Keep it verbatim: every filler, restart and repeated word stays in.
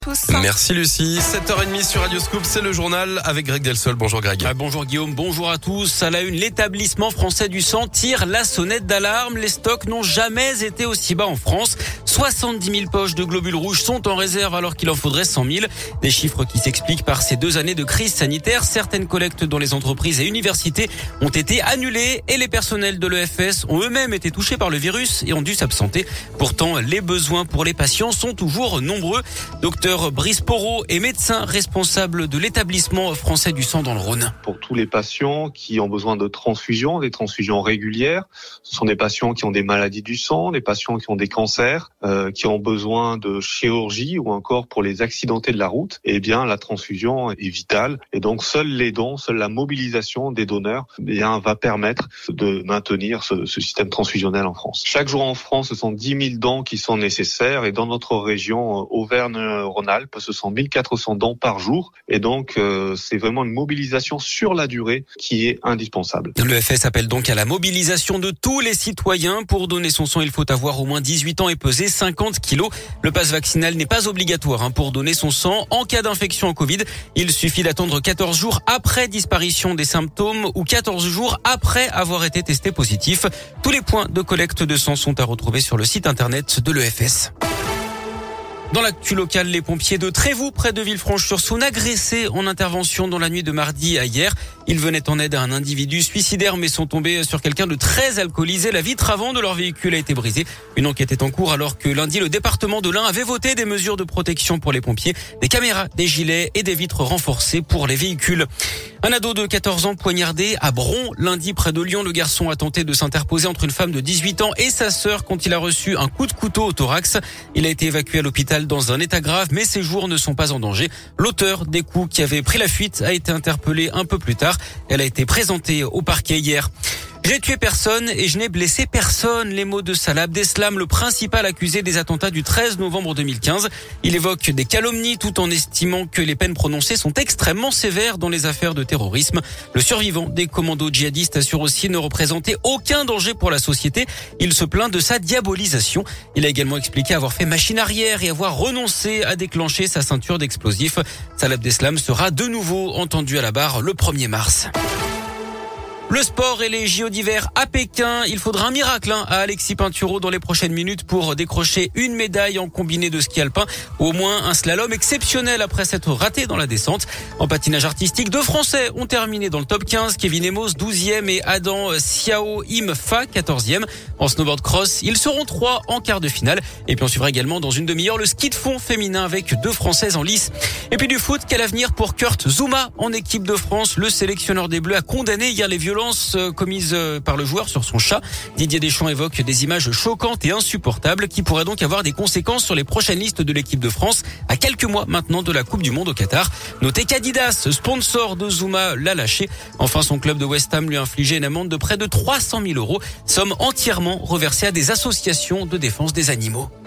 Merci Lucie. sept heures trente sur Radio Scoop, c'est le journal avec Greg Delsol. Bonjour Greg. Ah, bonjour Guillaume, bonjour à tous. À la une, l'établissement français du sang tire la sonnette d'alarme. Les stocks n'ont jamais été aussi bas en France. soixante-dix mille poches de globules rouges sont en réserve alors qu'il en faudrait cent mille. Des chiffres qui s'expliquent par ces deux années de crise sanitaire. Certaines collectes dans les entreprises et universités ont été annulées et les personnels de l'E F S ont eux-mêmes été touchés par le virus et ont dû s'absenter. Pourtant, les besoins pour les patients sont toujours nombreux. Docteur Brice Porot est médecin responsable de l'établissement français du sang dans le Rhône. Pour tous les patients qui ont besoin de transfusions, des transfusions régulières, ce sont des patients qui ont des maladies du sang, des patients qui ont des cancers, euh, qui ont besoin de chirurgie ou encore pour les accidentés de la route. Eh bien, la transfusion est vitale et donc seuls les dons, seule la mobilisation des donneurs, eh bien, va permettre de maintenir ce, ce système transfusionnel en France. Chaque jour en France, ce sont dix mille dons qui sont nécessaires et dans notre région Auvergne-Rhône-Alpes, ce sont mille quatre cents dons par jour et donc euh, c'est vraiment une mobilisation sur la durée qui est indispensable. Le F S appelle donc à la mobilisation de tous les citoyens. Pour donner son sang, il faut avoir au moins dix-huit ans et peser cinquante kilos. Le pass vaccinal n'est pas obligatoire hein, pour donner son sang. En cas d'infection au Covid, il suffit d'attendre quatorze jours après disparition des symptômes ou quatorze jours après avoir été testé positif. Tous les points de collecte de sang sont à retrouver sur le site internet de l'E F S. Dans l'actu locale, les pompiers de Trévoux, près de Villefranche-sur-Saône, agressés en intervention dans la nuit de mardi à hier. Ils venaient en aide à un individu suicidaire mais sont tombés sur quelqu'un de très alcoolisé. La vitre avant de leur véhicule a été brisée. Une enquête est en cours alors que lundi, le département de l'Ain avait voté des mesures de protection pour les pompiers, des caméras, des gilets et des vitres renforcées pour les véhicules. Un ado de quatorze ans poignardé à Bron. Lundi, près de Lyon, le garçon a tenté de s'interposer entre une femme de dix-huit ans et sa sœur quand il a reçu un coup de couteau au thorax. Il a été évacué à l'hôpital dans un état grave, mais ses jours ne sont pas en danger. L'auteur des coups qui avait pris la fuite a été interpellé un peu plus tard. Elle a été présentée au parquet hier. J'ai tué personne et je n'ai blessé personne. Les mots de Salah Abdeslam, le principal accusé des attentats du treize novembre deux mille quinze. Il évoque des calomnies tout en estimant que les peines prononcées sont extrêmement sévères dans les affaires de terrorisme. Le survivant des commandos djihadistes assure aussi ne représenter aucun danger pour la société. Il se plaint de sa diabolisation. Il a également expliqué avoir fait machine arrière et avoir renoncé à déclencher sa ceinture d'explosifs. Salah Abdeslam sera de nouveau entendu à la barre le premier mars. Le sport et les J O d'hiver à Pékin. Il faudra un miracle hein, à Alexis Pinturo dans les prochaines minutes pour décrocher une médaille en combiné de ski alpin. Ou au moins un slalom exceptionnel après s'être raté dans la descente. En patinage artistique, deux Français ont terminé dans le top quinze. Kevin Emos, douzième et Adam Xiao Im Fa, quatorzième. En snowboard cross, ils seront trois en quart de finale. Et puis on suivra également dans une demi-heure le ski de fond féminin avec deux Françaises en lice. Et puis du foot, quel avenir pour Kurt Zouma en équipe de France. Le sélectionneur des Bleus a condamné hier les violences commise par le joueur sur son chat. Didier Deschamps évoque des images choquantes et insupportables qui pourraient donc avoir des conséquences sur les prochaines listes de l'équipe de France à quelques mois maintenant de la Coupe du Monde au Qatar. Notez qu'Adidas, sponsor de Zouma, l'a lâché. Enfin, son club de West Ham lui a infligé une amende de près de trois cent mille euros, somme entièrement reversée à des associations de défense des animaux.